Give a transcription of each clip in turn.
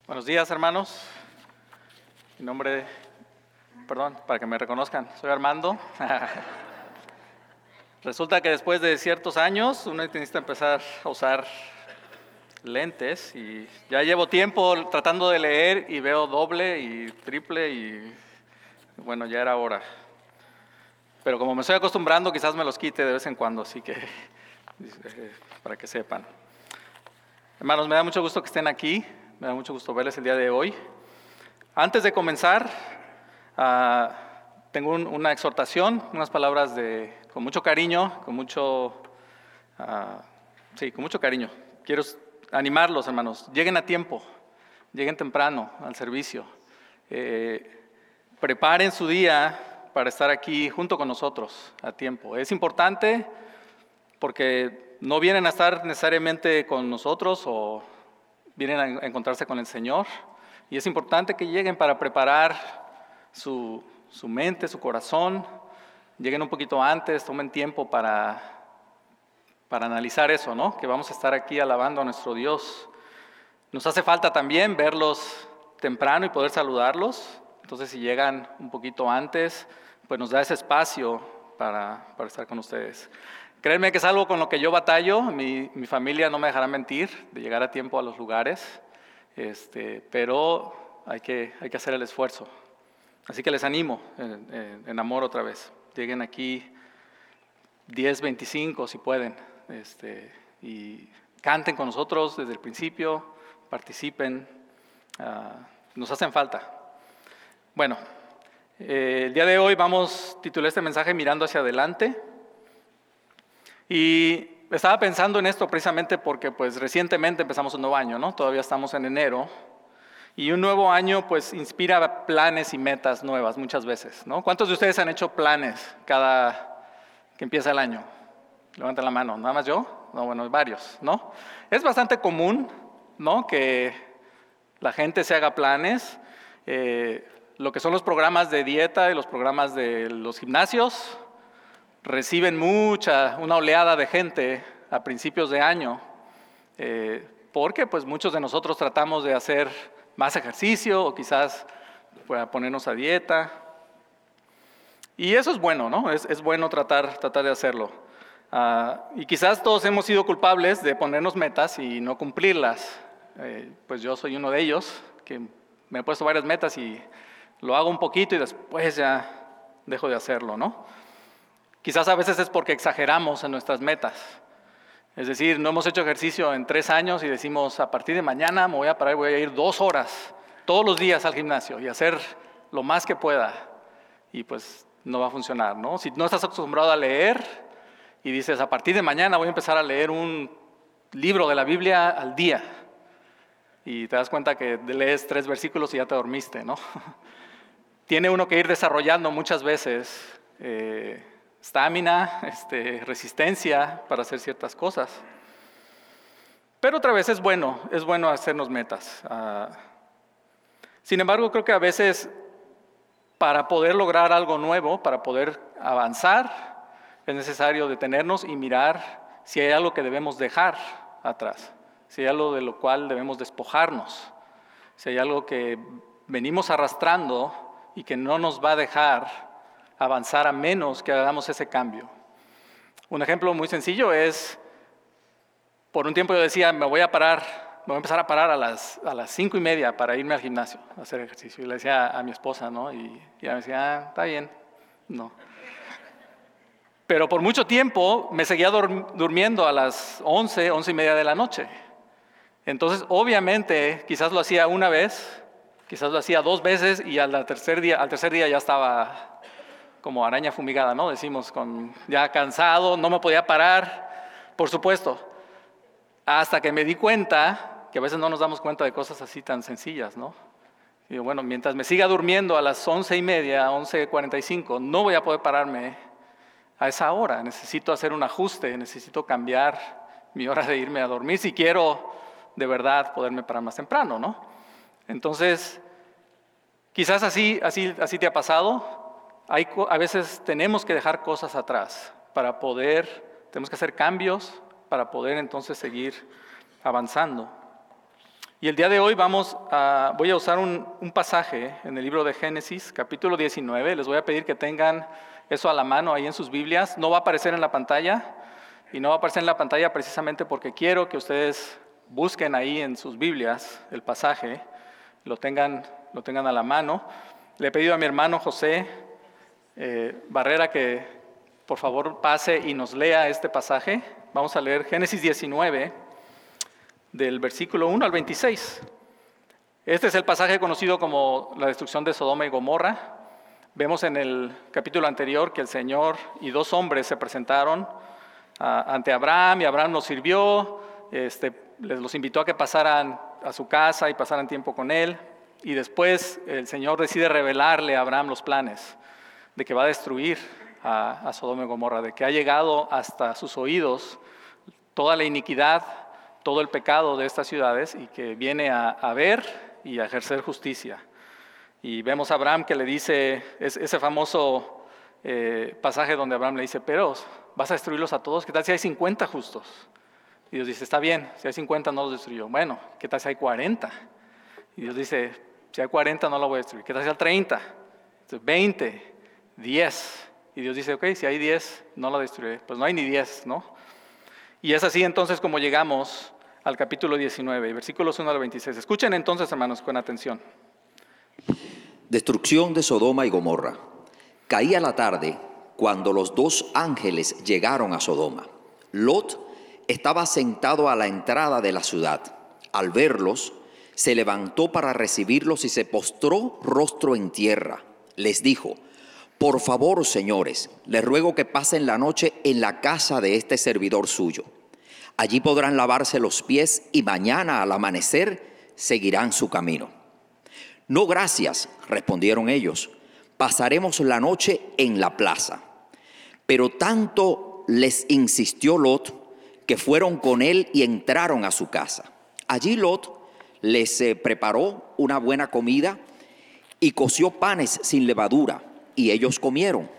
Buenos días, hermanos. Mi nombre, perdón, para que me reconozcan, soy Armando. Resulta que después de ciertos años uno necesita empezar a usar lentes y ya llevo tiempo tratando de leer y veo doble y triple y bueno, ya era hora. Pero como me estoy acostumbrando, quizás me los quite de vez en cuando, así que para que sepan. Hermanos, me da mucho gusto que estén aquí. Me da mucho gusto verles el día de hoy. Antes de comenzar, tengo una exhortación, unas palabras con mucho cariño, con mucho cariño. Quiero animarlos, hermanos. Lleguen a tiempo, lleguen temprano al servicio. Preparen su día para estar aquí junto con nosotros a tiempo. Es importante porque no vienen a estar necesariamente con nosotros o vienen a encontrarse con el Señor, y es importante que lleguen para preparar su mente, su corazón. Lleguen un poquito antes, tomen tiempo para analizar eso, ¿no? Que vamos a estar aquí alabando a nuestro Dios. Nos hace falta también verlos temprano y poder saludarlos. Entonces, si llegan un poquito antes, pues nos da ese espacio para estar con ustedes. Créanme que es algo con lo que yo batallo. Mi familia no me dejará mentir de llegar a tiempo a los lugares, pero hay que hacer el esfuerzo. Así que les animo en amor otra vez. Lleguen aquí 10:25 si pueden, y canten con nosotros desde el principio, participen, nos hacen falta. Bueno, el día de hoy titulé este mensaje Mirando hacia adelante. Y estaba pensando en esto precisamente porque pues recientemente empezamos un nuevo año, ¿no? Todavía estamos en enero. Y un nuevo año pues inspira planes y metas nuevas muchas veces, ¿no? ¿Cuántos de ustedes han hecho planes cada que empieza el año? Levanten la mano. ¿Nada más yo? No, bueno, varios, ¿no? Es bastante común, ¿no? Que la gente se haga planes. Lo que son los programas de dieta y los programas de los gimnasios reciben una oleada de gente a principios de año, porque pues muchos de nosotros tratamos de hacer más ejercicio o quizás ponernos a dieta. Y eso es bueno, ¿no? Es bueno tratar de hacerlo. Y quizás todos hemos sido culpables de ponernos metas y no cumplirlas. Pues yo soy uno de ellos, que me he puesto varias metas y lo hago un poquito y después ya dejo de hacerlo, ¿no? Quizás a veces es porque exageramos en nuestras metas. Es decir, no hemos hecho ejercicio en 3 años y decimos, a partir de mañana me voy a parar y voy a ir 2 horas todos los días al gimnasio y hacer lo más que pueda. Y pues no va a funcionar, ¿no? Si no estás acostumbrado a leer y dices, a partir de mañana voy a empezar a leer un libro de la Biblia al día. Y te das cuenta que lees 3 versículos y ya te dormiste, ¿no? Tiene uno que ir desarrollando muchas veces estamina, resistencia para hacer ciertas cosas. Pero otra vez es bueno hacernos metas. Sin embargo, creo que a veces para poder lograr algo nuevo, para poder avanzar, es necesario detenernos y mirar si hay algo que debemos dejar atrás, si hay algo de lo cual debemos despojarnos, si hay algo que venimos arrastrando y que no nos va a dejar avanzar a menos que hagamos ese cambio. Un ejemplo muy sencillo es, por un tiempo yo decía, me voy a empezar a parar a las 5:30 para irme al gimnasio a hacer ejercicio. Y le decía a mi esposa, ¿no? Y ella me decía, está bien, no. Pero por mucho tiempo me seguía durmiendo a las 11:30 de la noche. Entonces, obviamente, quizás lo hacía una vez, quizás lo hacía 2 veces y al tercer día ya estaba como araña fumigada, ¿no? Decimos, ya cansado, no me podía parar, por supuesto. Hasta que me di cuenta, que a veces no nos damos cuenta de cosas así tan sencillas, ¿no? Y digo, bueno, mientras me siga durmiendo a las 11:30, 11:45, no voy a poder pararme a esa hora. Necesito hacer un ajuste, necesito cambiar mi hora de irme a dormir si quiero de verdad poderme parar más temprano, ¿no? Entonces, quizás así te ha pasado. A veces tenemos que dejar cosas atrás tenemos que hacer cambios para poder entonces seguir avanzando. Y el día de hoy voy a usar un pasaje en el libro de Génesis, capítulo 19. Les voy a pedir que tengan eso a la mano ahí en sus Biblias. No va a aparecer en la pantalla, y no va a aparecer en la pantalla precisamente porque quiero que ustedes busquen ahí en sus Biblias el pasaje, lo tengan a la mano. Le he pedido a mi hermano José Barrera que por favor pase y nos lea este pasaje. Vamos a leer Génesis 19, del versículo 1 al 26. Este es el pasaje conocido como la destrucción de Sodoma y Gomorra. Vemos en el capítulo anterior que el Señor y dos hombres se presentaron ante Abraham, y Abraham los sirvió, los invitó a que pasaran a su casa y pasaran tiempo con él, y después el Señor decide revelarle a Abraham los planes de que va a destruir a Sodoma y Gomorra, de que ha llegado hasta sus oídos toda la iniquidad, todo el pecado de estas ciudades, y que viene a ver y a ejercer justicia. Y vemos a Abraham que le dice, ese famoso pasaje donde Abraham le dice, pero ¿vas a destruirlos a todos? ¿Qué tal si hay 50 justos? Y Dios dice, está bien, si hay 50 no los destruyo. Bueno, ¿qué tal si hay 40? Y Dios dice, si hay 40 no los voy a destruir. ¿Qué tal si hay 30? Entonces, 20, 10. Y Dios dice, ok, si hay 10 no lo destruiré. Pues no hay ni 10, ¿no? Y es así entonces como llegamos al capítulo 19, versículos 1 al 26. Escuchen entonces, hermanos, con atención. Destrucción de Sodoma y Gomorra. Caía la tarde cuando los dos ángeles llegaron a Sodoma. Lot estaba sentado a la entrada de la ciudad. Al verlos, se levantó para recibirlos y se postró rostro en tierra. Les dijo, por favor, señores, les ruego que pasen la noche en la casa de este servidor suyo. Allí podrán lavarse los pies y mañana al amanecer seguirán su camino. No, gracias, respondieron ellos. Pasaremos la noche en la plaza. Pero tanto les insistió Lot que fueron con él y entraron a su casa. Allí Lot les preparó una buena comida y coció panes sin levadura, y ellos comieron.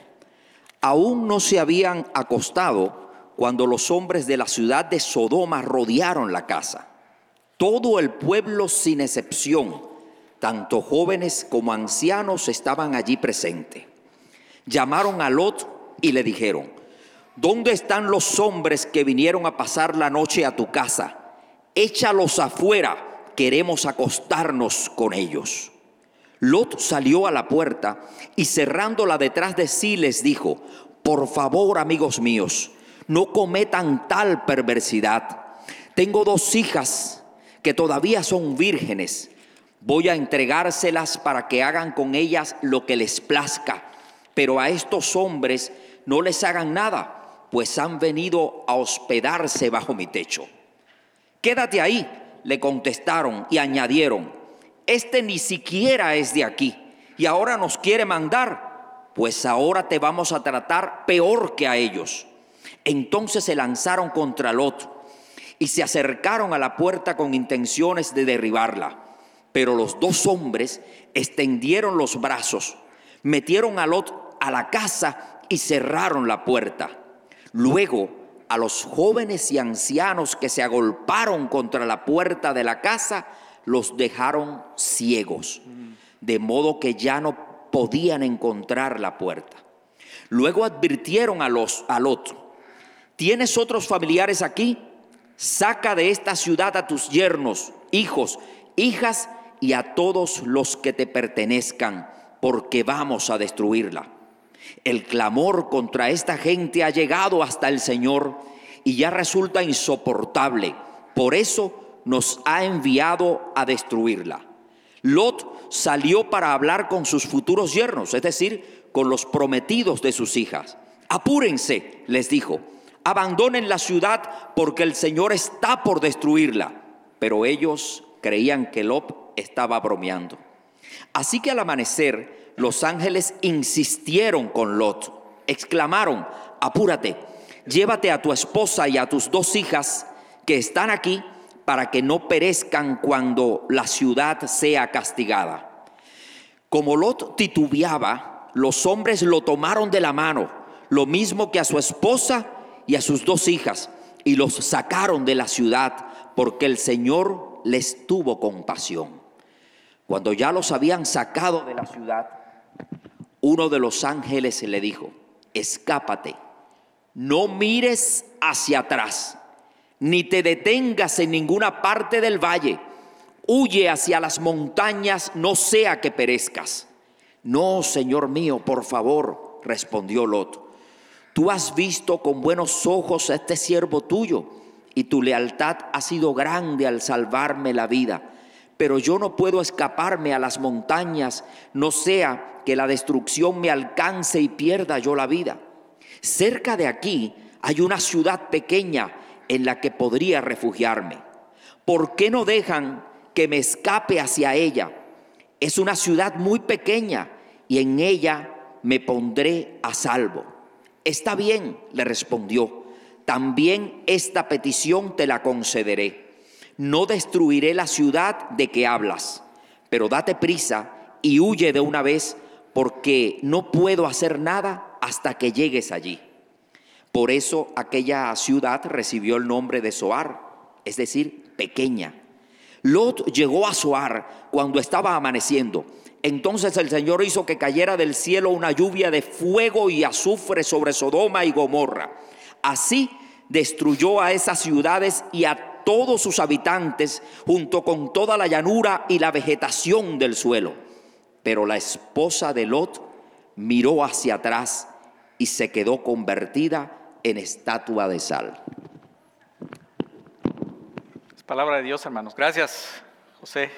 Aún no se habían acostado cuando los hombres de la ciudad de Sodoma rodearon la casa. Todo el pueblo sin excepción, tanto jóvenes como ancianos, estaban allí presentes. Llamaron a Lot y le dijeron, ¿dónde están los hombres que vinieron a pasar la noche a tu casa? Échalos afuera, queremos acostarnos con ellos. Lot salió a la puerta y cerrándola detrás de sí les dijo, por favor, amigos míos, no cometan tal perversidad. Tengo 2 hijas que todavía son vírgenes. Voy a entregárselas para que hagan con ellas lo que les plazca, pero a estos hombres no les hagan nada, pues han venido a hospedarse bajo mi techo. Quédate ahí, le contestaron y añadieron, este ni siquiera es de aquí y ahora nos quiere mandar, pues ahora te vamos a tratar peor que a ellos. Entonces se lanzaron contra Lot y se acercaron a la puerta con intenciones de derribarla. Pero los 2 hombres extendieron los brazos, metieron a Lot a la casa y cerraron la puerta. Luego a los jóvenes y ancianos que se agolparon contra la puerta de la casa, los dejaron ciegos, de modo que ya no podían encontrar la puerta. Luego advirtieron a Lot, ¿tienes otros familiares aquí? Saca de esta ciudad a tus yernos, hijos, hijas y a todos los que te pertenezcan, porque vamos a destruirla. El clamor contra esta gente ha llegado hasta el Señor y ya resulta insoportable. Por eso nos ha enviado a destruirla. Lot salió para hablar con sus futuros yernos, es decir, con los prometidos de sus hijas. Apúrense, les dijo, abandonen la ciudad porque el Señor está por destruirla. Pero ellos creían que Lot estaba bromeando. Así que al amanecer, los ángeles insistieron con Lot. Exclamaron, apúrate, llévate a tu esposa y a tus 2 hijas que están aquí, para que no perezcan cuando la ciudad sea castigada. Como Lot titubeaba, los hombres lo tomaron de la mano, lo mismo que a su esposa y a sus 2 hijas, y los sacaron de la ciudad, porque el Señor les tuvo compasión. Cuando ya los habían sacado de la ciudad, uno de los ángeles le dijo: escápate, no mires hacia atrás, ni te detengas en ninguna parte del valle. Huye hacia las montañas, no sea que perezcas. No, señor mío, por favor, respondió Lot. Tú has visto con buenos ojos a este siervo tuyo, y tu lealtad ha sido grande al salvarme la vida. Pero yo no puedo escaparme a las montañas, no sea que la destrucción me alcance y pierda yo la vida. Cerca de aquí hay una ciudad pequeña en la que podría refugiarme. ¿Por qué no dejan que me escape hacia ella? Es una ciudad muy pequeña y en ella me pondré a salvo. Está bien, le respondió, también esta petición te la concederé. No destruiré la ciudad de que hablas, pero date prisa y huye de una vez, porque no puedo hacer nada hasta que llegues allí. Por eso aquella ciudad recibió el nombre de Zoar, es decir, pequeña. Lot llegó a Zoar cuando estaba amaneciendo. Entonces el Señor hizo que cayera del cielo una lluvia de fuego y azufre sobre Sodoma y Gomorra. Así destruyó a esas ciudades y a todos sus habitantes, junto con toda la llanura y la vegetación del suelo. Pero la esposa de Lot miró hacia atrás y se quedó convertida en estatua de sal. Es palabra de Dios, hermanos. Gracias, José.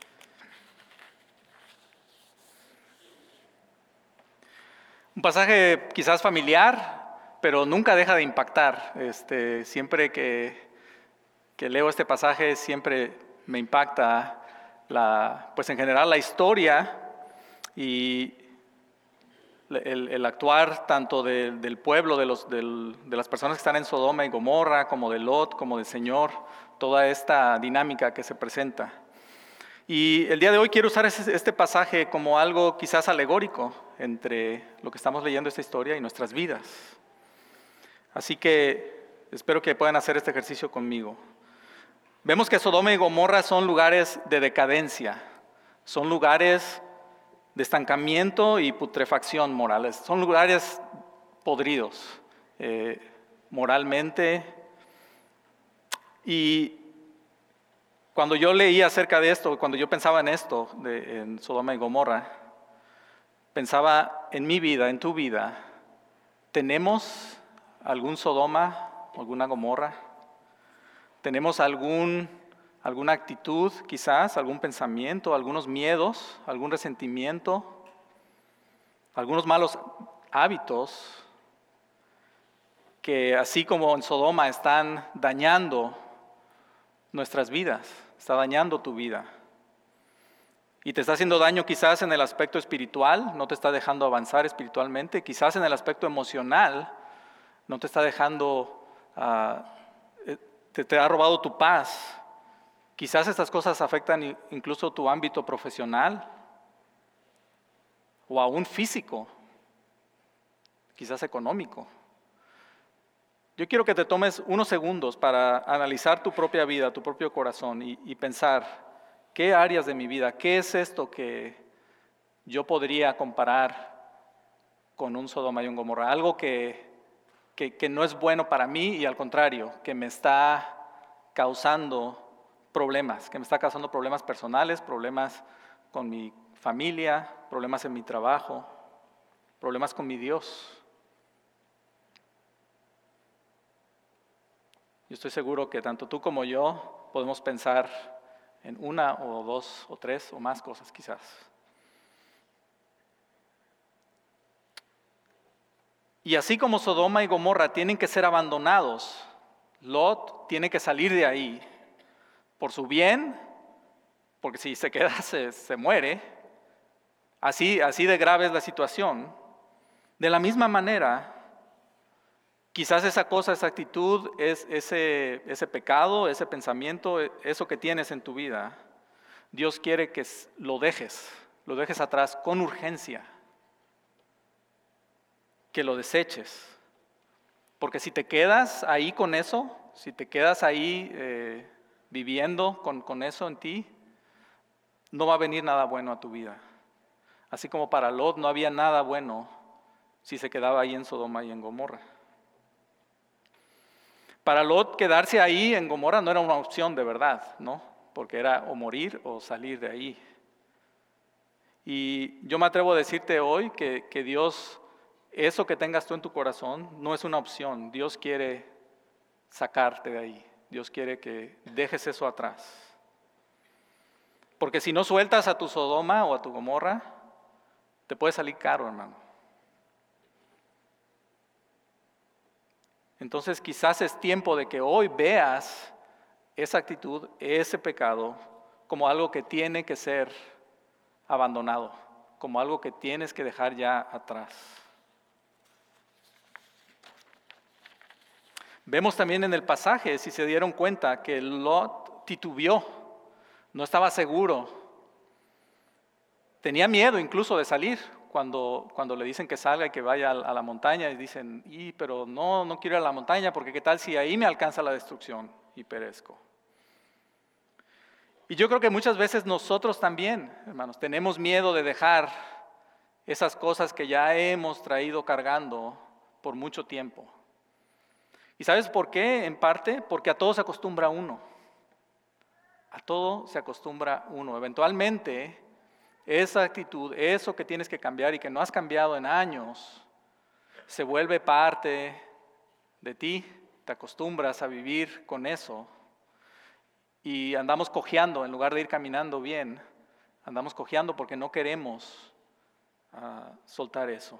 Un pasaje quizás familiar, pero nunca deja de impactar. Siempre que leo este pasaje, siempre me impacta pues en general la historia y el actuar tanto del pueblo, de las personas que están en Sodoma y Gomorra, como de Lot, como del Señor, toda esta dinámica que se presenta. Y el día de hoy quiero usar este pasaje como algo quizás alegórico entre lo que estamos leyendo esta historia y nuestras vidas. Así que espero que puedan hacer este ejercicio conmigo. Vemos que Sodoma y Gomorra son lugares de decadencia, son lugares de estancamiento y putrefacción morales, son lugares podridos moralmente. Y cuando yo leí acerca de esto, cuando yo pensaba en esto, en Sodoma y Gomorra, pensaba en mi vida, en tu vida. ¿Tenemos algún Sodoma, alguna Gomorra? ¿Tenemos alguna actitud quizás, algún pensamiento, algunos miedos, algún resentimiento, algunos malos hábitos que así como en Sodoma están dañando nuestras vidas, está dañando tu vida? Y te está haciendo daño quizás en el aspecto espiritual, no te está dejando avanzar espiritualmente, quizás en el aspecto emocional, no te está dejando, te ha robado tu paz. Quizás estas cosas afectan incluso tu ámbito profesional o aún físico, quizás económico. Yo quiero que te tomes unos segundos para analizar tu propia vida, tu propio corazón y pensar, ¿qué áreas de mi vida, qué es esto que yo podría comparar con un Sodoma y un Gomorra? Algo que no es bueno para mí y al contrario, que me está causando problemas, que me está causando problemas personales, problemas con mi familia, problemas en mi trabajo, problemas con mi Dios. Yo estoy seguro que tanto tú como yo podemos pensar en una o dos o tres o más cosas quizás. Y así como Sodoma y Gomorra tienen que ser abandonados, Lot tiene que salir de ahí por su bien, porque si se queda se muere. Así de grave es la situación. De la misma manera, quizás esa cosa, esa actitud, ese pecado, ese pensamiento, eso que tienes en tu vida, Dios quiere que lo dejes atrás con urgencia, que lo deseches. Porque si te quedas ahí con eso, si te quedas ahí viviendo con eso en ti, no va a venir nada bueno a tu vida. Así como para Lot no había nada bueno si se quedaba ahí en Sodoma y en Gomorra. Para Lot quedarse ahí en Gomorra no era una opción de verdad, ¿no? Porque era o morir o salir de ahí. Y yo me atrevo a decirte hoy que Dios, eso que tengas tú en tu corazón, no es una opción. Dios quiere sacarte de ahí. Dios quiere que dejes eso atrás. Porque si no sueltas a tu Sodoma o a tu Gomorra, te puede salir caro, hermano. Entonces quizás es tiempo de que hoy veas esa actitud, ese pecado, como algo que tiene que ser abandonado, como algo que tienes que dejar ya atrás. Vemos también en el pasaje, si se dieron cuenta, que Lot titubeó, no estaba seguro, tenía miedo incluso de salir cuando le dicen que salga y que vaya a la montaña y dicen, pero no quiero ir a la montaña porque qué tal si ahí me alcanza la destrucción y perezco. Y yo creo que muchas veces nosotros también, hermanos, tenemos miedo de dejar esas cosas que ya hemos traído cargando por mucho tiempo. ¿Y sabes por qué? En parte, porque a todo se acostumbra uno. A todo se acostumbra uno. Eventualmente, esa actitud, eso que tienes que cambiar y que no has cambiado en años, se vuelve parte de ti. Te acostumbras a vivir con eso. Y andamos cojeando, en lugar de ir caminando bien, andamos cojeando porque no queremos soltar eso.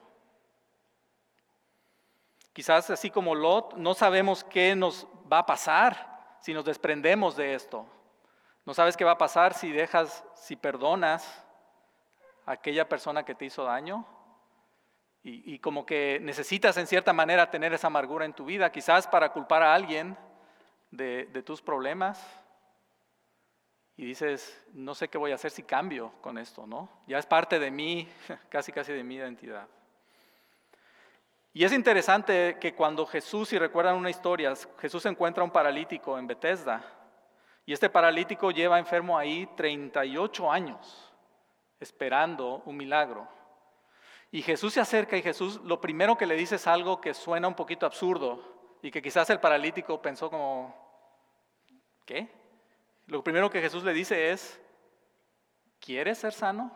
Quizás así como Lot, no sabemos qué nos va a pasar si nos desprendemos de esto. No sabes qué va a pasar si perdonas a aquella persona que te hizo daño. Y como que necesitas en cierta manera tener esa amargura en tu vida, quizás para culpar a alguien de tus problemas. Y dices, no sé qué voy a hacer si cambio con esto, ¿no? Ya es parte de mí, casi de mi identidad. Y es interesante que cuando Jesús, si recuerdan una historia, Jesús encuentra a un paralítico en Betesda. Y este paralítico lleva enfermo ahí 38 años, esperando un milagro. Y Jesús se acerca y Jesús lo primero que le dice es algo que suena un poquito absurdo y que quizás el paralítico pensó como, ¿qué? Lo primero que Jesús le dice es, ¿quieres ser sano?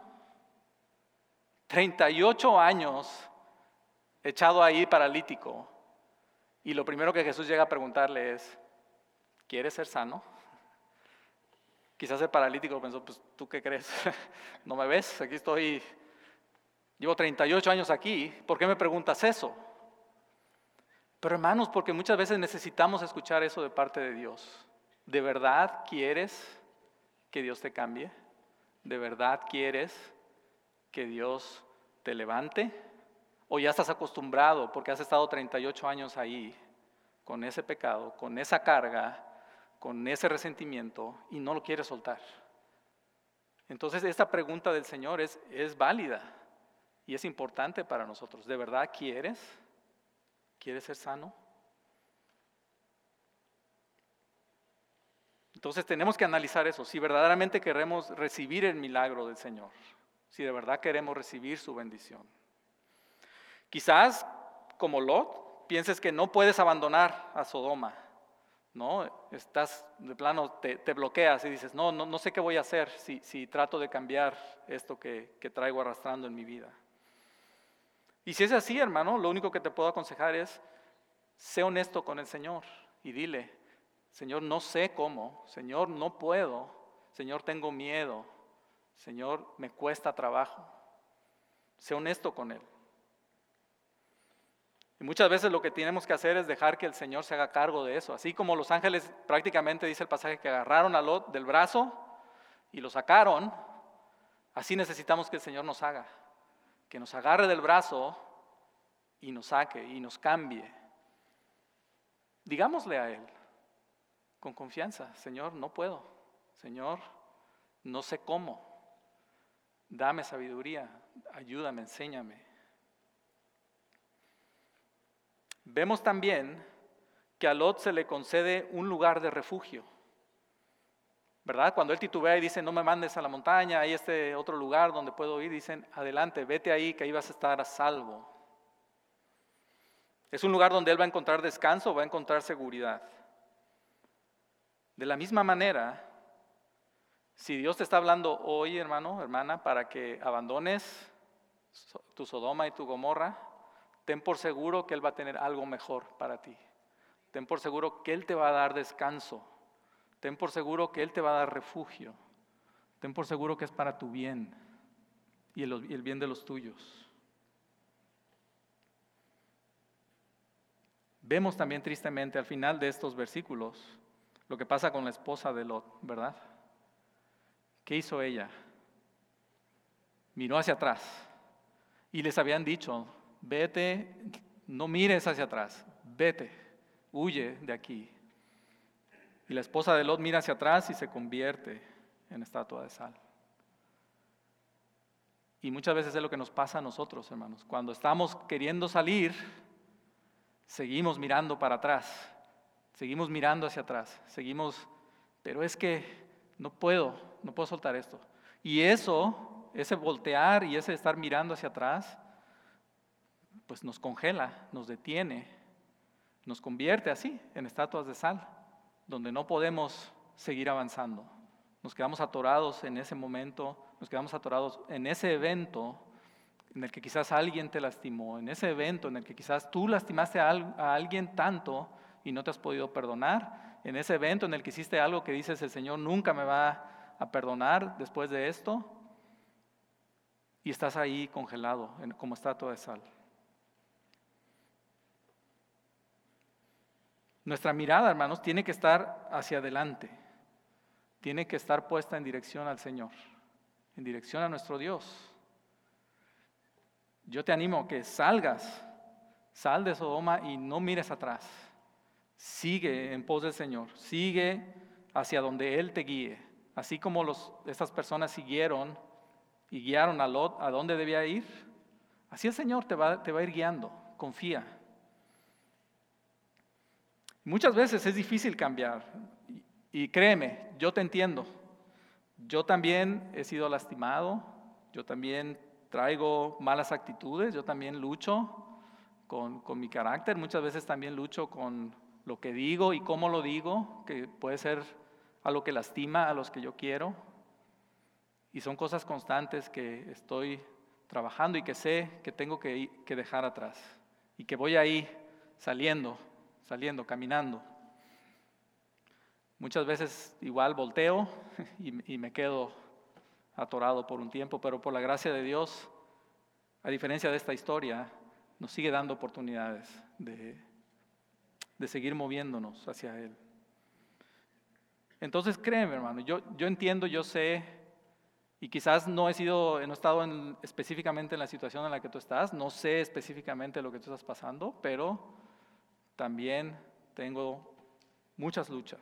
38 años echado ahí paralítico. Y lo primero que Jesús llega a preguntarle es, ¿quieres ser sano? Quizás el paralítico pensó, pues, ¿tú qué crees? ¿No me ves? Aquí estoy, llevo 38 años aquí, ¿por qué me preguntas eso? Pero hermanos, porque muchas veces necesitamos escuchar eso de parte de Dios. ¿De verdad quieres que Dios te cambie? ¿De verdad quieres que Dios te levante? ¿O ya estás acostumbrado porque has estado 38 años ahí con ese pecado, con esa carga, con ese resentimiento y no lo quieres soltar? Entonces esta pregunta del Señor es válida y es importante para nosotros. ¿De verdad quieres? ¿Quieres ser sano? Entonces tenemos que analizar eso, si verdaderamente queremos recibir el milagro del Señor, si de verdad queremos recibir su bendición. Quizás, como Lot, pienses que no puedes abandonar a Sodoma, ¿no? Estás, de plano, te bloqueas y dices, no sé qué voy a hacer si trato de cambiar esto que traigo arrastrando en mi vida. Y si es así, hermano, lo único que te puedo aconsejar es, sé honesto con el Señor y dile, Señor, no sé cómo, Señor, no puedo, Señor, tengo miedo, Señor, me cuesta trabajo. Sé honesto con Él. Y muchas veces lo que tenemos que hacer es dejar que el Señor se haga cargo de eso. Así como los ángeles, prácticamente dice el pasaje, que agarraron a Lot del brazo y lo sacaron, así necesitamos que el Señor nos haga. Que nos agarre del brazo y nos saque y nos cambie. Digámosle a Él con confianza, Señor, no puedo. Señor, no sé cómo. Dame sabiduría, ayúdame, enséñame. Vemos también que a Lot se le concede un lugar de refugio. ¿verdad? Cuando él titubea y dice, no me mandes a la montaña, hay este otro lugar donde puedo ir, dicen, adelante, vete ahí que ahí vas a estar a salvo. Es un lugar donde él va a encontrar descanso, va a encontrar seguridad. De la misma manera, si Dios te está hablando hoy, hermano, hermana, para que abandones tu Sodoma y tu Gomorra, ten por seguro que Él va a tener algo mejor para ti. Ten por seguro que Él te va a dar descanso. Ten por seguro que Él te va a dar refugio. Ten por seguro que es para tu bien y el bien de los tuyos. Vemos también tristemente al final de estos versículos lo que pasa con la esposa de Lot, ¿verdad? ¿Qué hizo ella? Miró hacia atrás y les habían dicho, vete, no mires hacia atrás, vete, huye de aquí. Y la esposa de Lot mira hacia atrás y se convierte en estatua de sal. Y muchas veces es lo que nos pasa a nosotros, hermanos. Cuando estamos queriendo salir, seguimos mirando para atrás, seguimos mirando hacia atrás, pero es que no puedo soltar esto. Y eso, ese voltear y ese estar mirando hacia atrás, pues nos congela, nos detiene, nos convierte así en estatuas de sal, donde no podemos seguir avanzando. Nos quedamos atorados en ese momento, nos quedamos atorados en ese evento en el que quizás alguien te lastimó, en ese evento en el que quizás tú lastimaste a alguien tanto y no te has podido perdonar, en ese evento en el que hiciste algo que dices, el Señor nunca me va a perdonar después de esto, y estás ahí congelado como estatua de sal. Nuestra mirada, hermanos, tiene que estar hacia adelante, tiene que estar puesta en dirección al Señor, en dirección a nuestro Dios. Yo te animo a que sal de Sodoma y no mires atrás. Sigue en pos del Señor, sigue hacia donde Él te guíe. Así como estas personas siguieron y guiaron a Lot a dónde debía ir, así el Señor te va a ir guiando, confía. Muchas veces es difícil cambiar y créeme, yo te entiendo. Yo también he sido lastimado, yo también traigo malas actitudes, yo también lucho con mi carácter, muchas veces también lucho con lo que digo y cómo lo digo, que puede ser algo que lastima a los que yo quiero. Y son cosas constantes que estoy trabajando y que sé que tengo que dejar atrás. Y que voy ahí saliendo, caminando. Muchas veces igual volteo y me quedo atorado por un tiempo, pero por la gracia de Dios, a diferencia de esta historia, nos sigue dando oportunidades de seguir moviéndonos hacia Él. Entonces créeme, hermano, yo entiendo, yo sé, y quizás no he estado específicamente en la situación en la que tú estás, no sé específicamente lo que tú estás pasando, pero también tengo muchas luchas.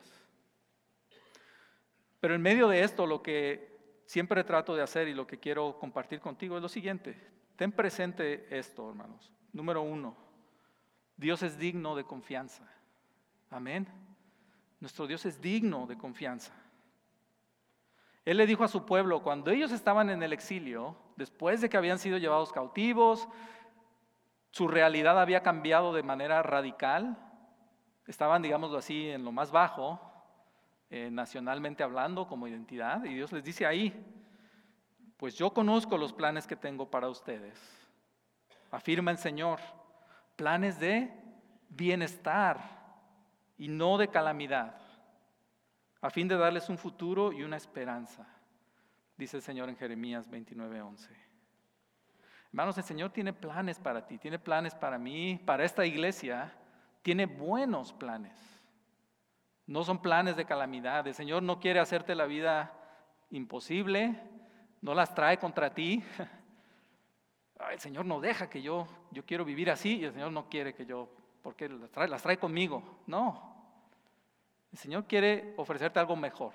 Pero en medio de esto, lo que siempre trato de hacer y lo que quiero compartir contigo es lo siguiente. Ten presente esto, hermanos. Número 1, Dios es digno de confianza. Amén. Nuestro Dios es digno de confianza. Él le dijo a su pueblo, cuando ellos estaban en el exilio, después de que habían sido llevados cautivos, su realidad había cambiado de manera radical. Estaban, digámoslo así, en lo más bajo, nacionalmente hablando, como identidad. Y Dios les dice ahí, pues yo conozco los planes que tengo para ustedes. Afirma el Señor, planes de bienestar y no de calamidad, a fin de darles un futuro y una esperanza, dice el Señor en Jeremías 29:11. Hermanos, el Señor tiene planes para ti, tiene planes para mí, para esta iglesia, tiene buenos planes. No son planes de calamidad. El Señor no quiere hacerte la vida imposible, no las trae contra ti. El Señor no deja que yo quiero vivir así y el Señor no quiere que yo, porque las trae conmigo. No, el Señor quiere ofrecerte algo mejor.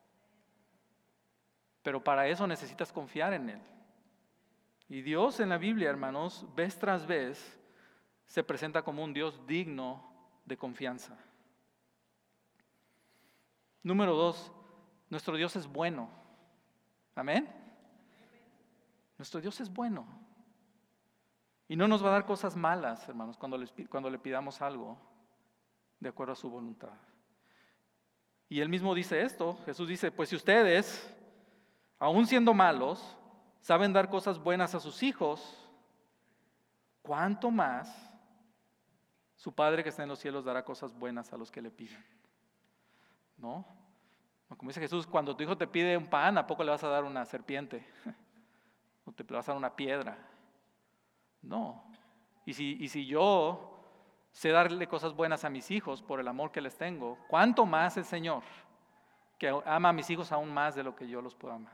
Pero para eso necesitas confiar en Él. Y Dios en la Biblia, hermanos, vez tras vez, se presenta como un Dios digno de confianza. Número 2, Nuestro Dios es bueno. Amén. Nuestro Dios es bueno. Y no nos va a dar cosas malas, hermanos, cuando le pidamos algo de acuerdo a su voluntad. Y Él mismo dice esto. Jesús dice, pues si ustedes, aun siendo malos, saben dar cosas buenas a sus hijos, ¿cuánto más su Padre que está en los cielos dará cosas buenas a los que le pidan? ¿No? Como dice Jesús, cuando tu hijo te pide un pan, ¿a poco le vas a dar una serpiente? ¿O te vas a dar una piedra? No. Y si yo sé darle cosas buenas a mis hijos por el amor que les tengo, ¿cuánto más el Señor, que ama a mis hijos aún más de lo que yo los puedo amar?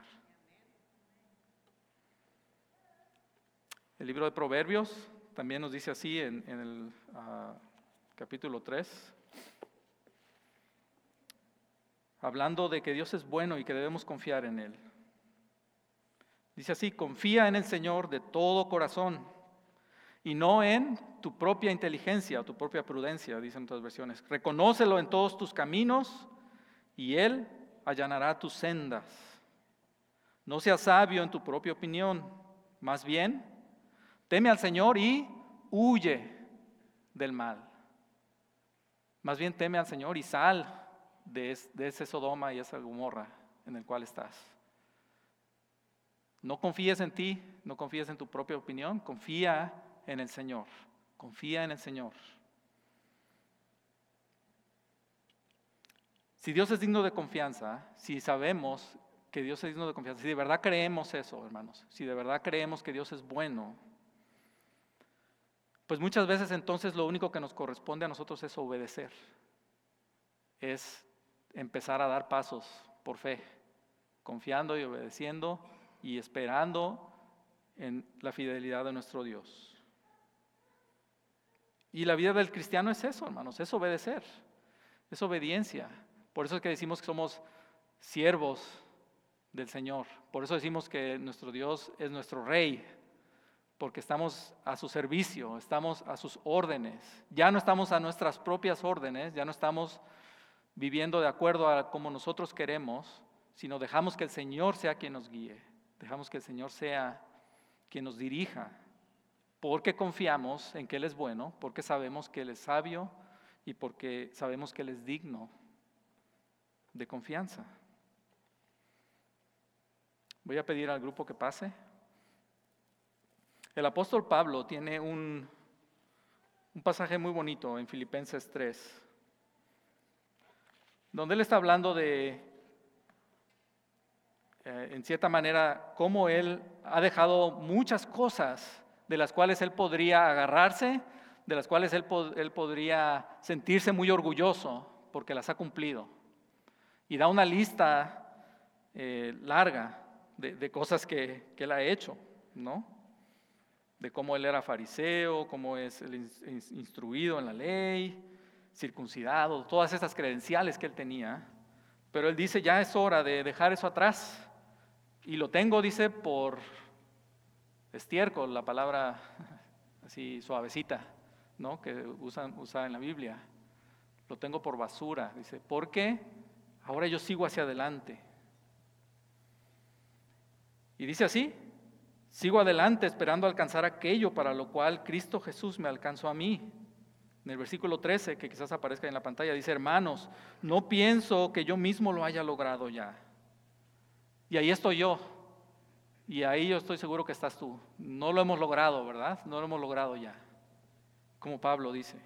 El libro de Proverbios también nos dice así en el capítulo 3, hablando de que Dios es bueno y que debemos confiar en Él. Dice así, confía en el Señor de todo corazón y no en tu propia inteligencia o tu propia prudencia, dicen otras versiones. Reconócelo en todos tus caminos y Él allanará tus sendas. No seas sabio en tu propia opinión, más bien, teme al Señor y huye del mal. Más bien teme al Señor y sal de ese Sodoma y esa Gomorra en el cual estás. No confíes en ti, no confíes en tu propia opinión, confía en el Señor, confía en el Señor. Si Dios es digno de confianza, si sabemos que Dios es digno de confianza, si de verdad creemos eso, hermanos, si de verdad creemos que Dios es bueno, pues muchas veces entonces lo único que nos corresponde a nosotros es obedecer, es empezar a dar pasos por fe, confiando y obedeciendo y esperando en la fidelidad de nuestro Dios. Y la vida del cristiano es eso, hermanos, es obedecer, es obediencia. Por eso es que decimos que somos siervos del Señor. Por eso decimos que nuestro Dios es nuestro Rey, porque estamos a su servicio, estamos a sus órdenes. Ya no estamos a nuestras propias órdenes, ya no estamos viviendo de acuerdo a como nosotros queremos, sino dejamos que el Señor sea quien nos guíe, dejamos que el Señor sea quien nos dirija, porque confiamos en que Él es bueno, porque sabemos que Él es sabio y porque sabemos que Él es digno de confianza. Voy a pedir al grupo que pase. El apóstol Pablo tiene un pasaje muy bonito en Filipenses 3, donde él está hablando de, en cierta manera, cómo él ha dejado muchas cosas de las cuales él podría agarrarse, de las cuales él podría sentirse muy orgulloso porque las ha cumplido. Y da una lista larga de cosas que él ha hecho, ¿no? De cómo él era fariseo, cómo es él instruido en la ley, circuncidado, todas esas credenciales que él tenía. Pero él dice, ya es hora de dejar eso atrás. Y lo tengo, dice, por estiércol, la palabra así suavecita, ¿no? Que usa en la Biblia. Lo tengo por basura, dice, porque ahora yo sigo hacia adelante. Y dice así, sigo adelante esperando alcanzar aquello para lo cual Cristo Jesús me alcanzó a mí. En el versículo 13, que quizás aparezca en la pantalla, dice, hermanos, no pienso que yo mismo lo haya logrado ya. Y ahí estoy yo. Y ahí yo estoy seguro que estás tú. No lo hemos logrado, ¿verdad? No lo hemos logrado ya. Como Pablo dice.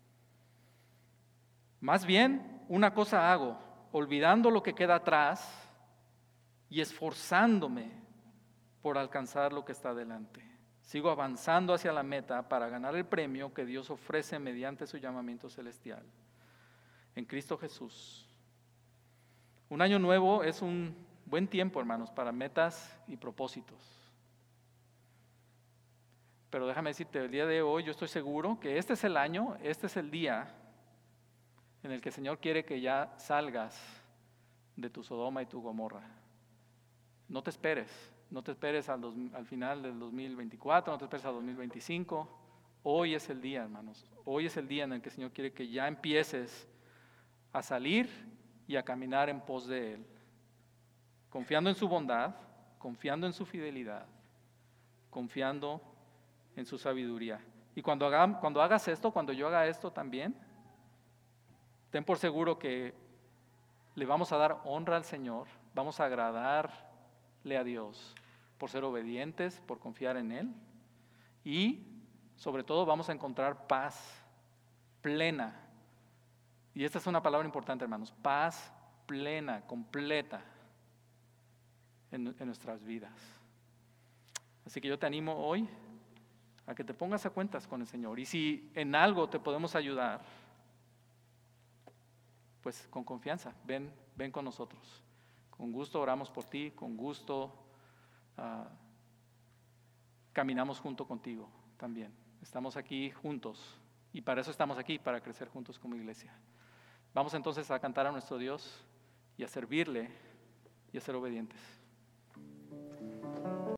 Más bien, una cosa hago, olvidando lo que queda atrás y esforzándome por alcanzar lo que está delante. Sigo avanzando hacia la meta para ganar el premio que Dios ofrece mediante su llamamiento celestial en Cristo Jesús. Un año nuevo es un buen tiempo, hermanos, para metas y propósitos. Pero déjame decirte, el día de hoy yo estoy seguro que este es el año, este es el día en el que el Señor quiere que ya salgas de tu Sodoma y tu Gomorra. No te esperes. No te esperes al final del 2024, no te esperes al 2025. Hoy es el día, hermanos. Hoy es el día en el que el Señor quiere que ya empieces a salir y a caminar en pos de Él. confiando en su bondad, confiando en su fidelidad, confiando en su sabiduría. Y cuando hagas esto, cuando yo haga esto también, ten por seguro que le vamos a dar honra al Señor, vamos a agradarle a Dios por ser obedientes, por confiar en Él, y sobre todo vamos a encontrar paz plena. Y esta es una palabra importante, hermanos, paz plena, completa en nuestras vidas. Así que yo te animo hoy a que te pongas a cuentas con el Señor. Y si en algo te podemos ayudar, pues con confianza, ven con nosotros. Con gusto oramos por ti, con gusto caminamos junto contigo también. Estamos aquí juntos y para eso estamos aquí, para crecer juntos como iglesia. Vamos entonces a cantar a nuestro Dios y a servirle y a ser obedientes.